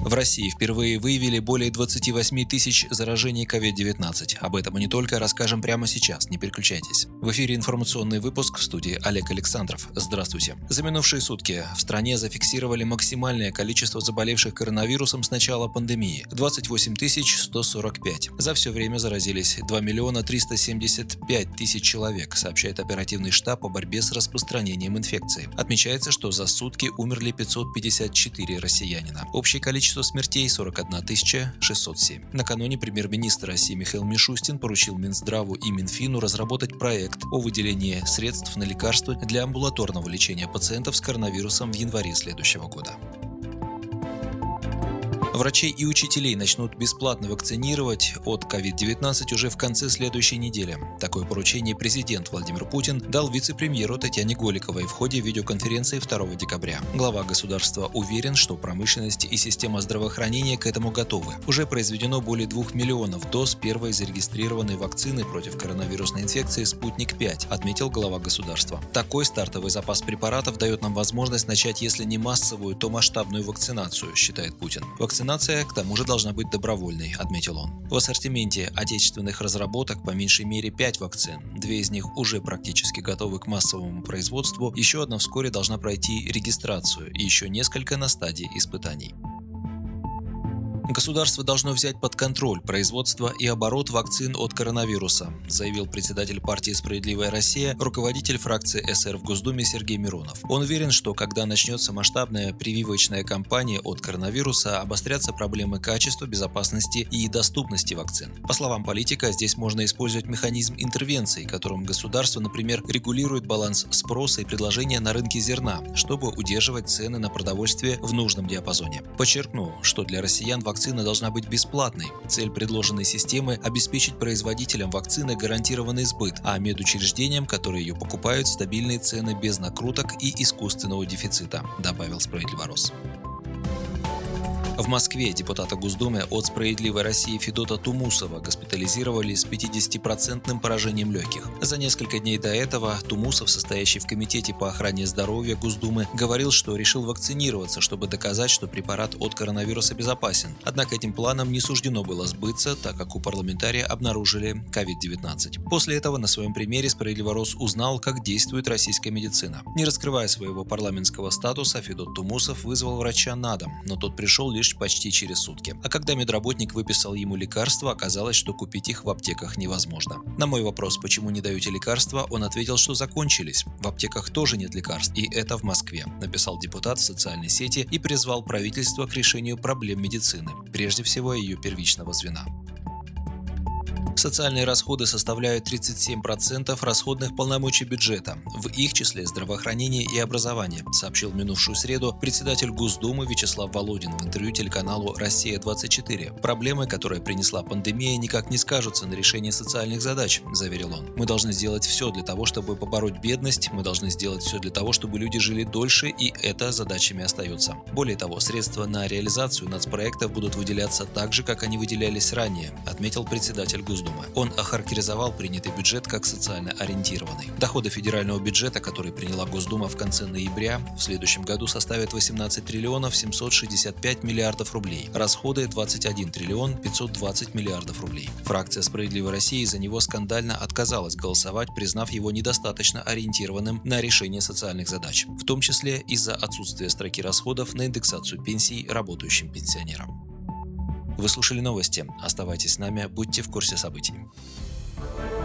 В России впервые выявили более 28 тысяч заражений COVID-19. Об этом и не только расскажем прямо сейчас, не переключайтесь. В эфире информационный выпуск, в студии Олег Александров. Здравствуйте. За минувшие сутки в стране зафиксировали максимальное количество заболевших коронавирусом с начала пандемии – 28 145. За все время заразились 2 375 000 человек, сообщает оперативный штаб по борьбе с распространением инфекции. Отмечается, что за сутки умерли 554 россиянина. Общее количество смертей – 41 607. Накануне премьер-министр России Михаил Мишустин поручил Минздраву и Минфину разработать проект о выделении средств на лекарства для амбулаторного лечения пациентов с коронавирусом в январе следующего года. Врачей и учителей начнут бесплатно вакцинировать от COVID-19 уже в конце следующей недели. Такое поручение президент Владимир Путин дал вице-премьеру Татьяне Голиковой в ходе видеоконференции 2 декабря. Глава государства уверен, что промышленность и система здравоохранения к этому готовы. Уже произведено более 2 миллионов доз первой зарегистрированной вакцины против коронавирусной инфекции «Спутник-5», отметил глава государства. Такой стартовый запас препаратов дает нам возможность начать, если не массовую, то масштабную вакцинацию, считает Путин. Вакцинация, к тому же, должна быть добровольной, отметил он. В ассортименте отечественных разработок по меньшей мере 5 вакцин. 2 из них уже практически готовы к массовому производству, еще одна вскоре должна пройти регистрацию и еще несколько на стадии испытаний. Государство должно взять под контроль производство и оборот вакцин от коронавируса, заявил председатель партии «Справедливая Россия», руководитель фракции СР в Госдуме Сергей Миронов. Он уверен, что когда начнется масштабная прививочная кампания от коронавируса, обострятся проблемы качества, безопасности и доступности вакцин. По словам политика, здесь можно использовать механизм интервенции, которым государство, например, регулирует баланс спроса и предложения на рынке зерна, чтобы удерживать цены на продовольствие в нужном диапазоне. Подчеркну, что для россиян вакцина должна быть бесплатной. Цель предложенной системы – обеспечить производителям вакцины гарантированный сбыт, а медучреждениям, которые ее покупают, стабильные цены без накруток и искусственного дефицита, добавил «Справедливорос». В Москве депутата Госдумы от «Справедливой России» Федота Тумусова госпитализировали с 50% поражением легких. За несколько дней до этого Тумусов, состоящий в Комитете по охране здоровья Госдумы, говорил, что решил вакцинироваться, чтобы доказать, что препарат от коронавируса безопасен. Однако этим планом не суждено было сбыться, так как у парламентария обнаружили COVID-19. После этого на своем примере «Справедливорос» узнал, как действует российская медицина. Не раскрывая своего парламентского статуса, Федот Тумусов вызвал врача на дом, но тот пришел лишь почти через сутки. А когда медработник выписал ему лекарства, оказалось, что купить их в аптеках невозможно. На мой вопрос, почему не даете лекарства, он ответил, что закончились. В аптеках тоже нет лекарств, и это в Москве, написал депутат в социальной сети и призвал правительство к решению проблем медицины, прежде всего ее первичного звена. Социальные расходы составляют 37% расходных полномочий бюджета, в их числе здравоохранение и образование, сообщил в минувшую среду председатель Госдумы Вячеслав Володин в интервью телеканалу «Россия-24». Проблемы, которые принесла пандемия, никак не скажутся на решении социальных задач, заверил он. Мы должны сделать все для того, чтобы побороть бедность, мы должны сделать все для того, чтобы люди жили дольше, и это задачами остается. Более того, средства на реализацию нацпроектов будут выделяться так же, как они выделялись ранее, отметил председатель Госдумы. Он охарактеризовал принятый бюджет как социально ориентированный. Доходы федерального бюджета, который приняла Госдума в конце ноября, в следующем году составят 18 триллионов 765 миллиардов рублей. Расходы – 21 триллион 520 миллиардов рублей. Фракция «Справедливой России» за него скандально отказалась голосовать, признав его недостаточно ориентированным на решение социальных задач, в том числе из-за отсутствия строки расходов на индексацию пенсий работающим пенсионерам. Вы слушали новости. Оставайтесь с нами, будьте в курсе событий.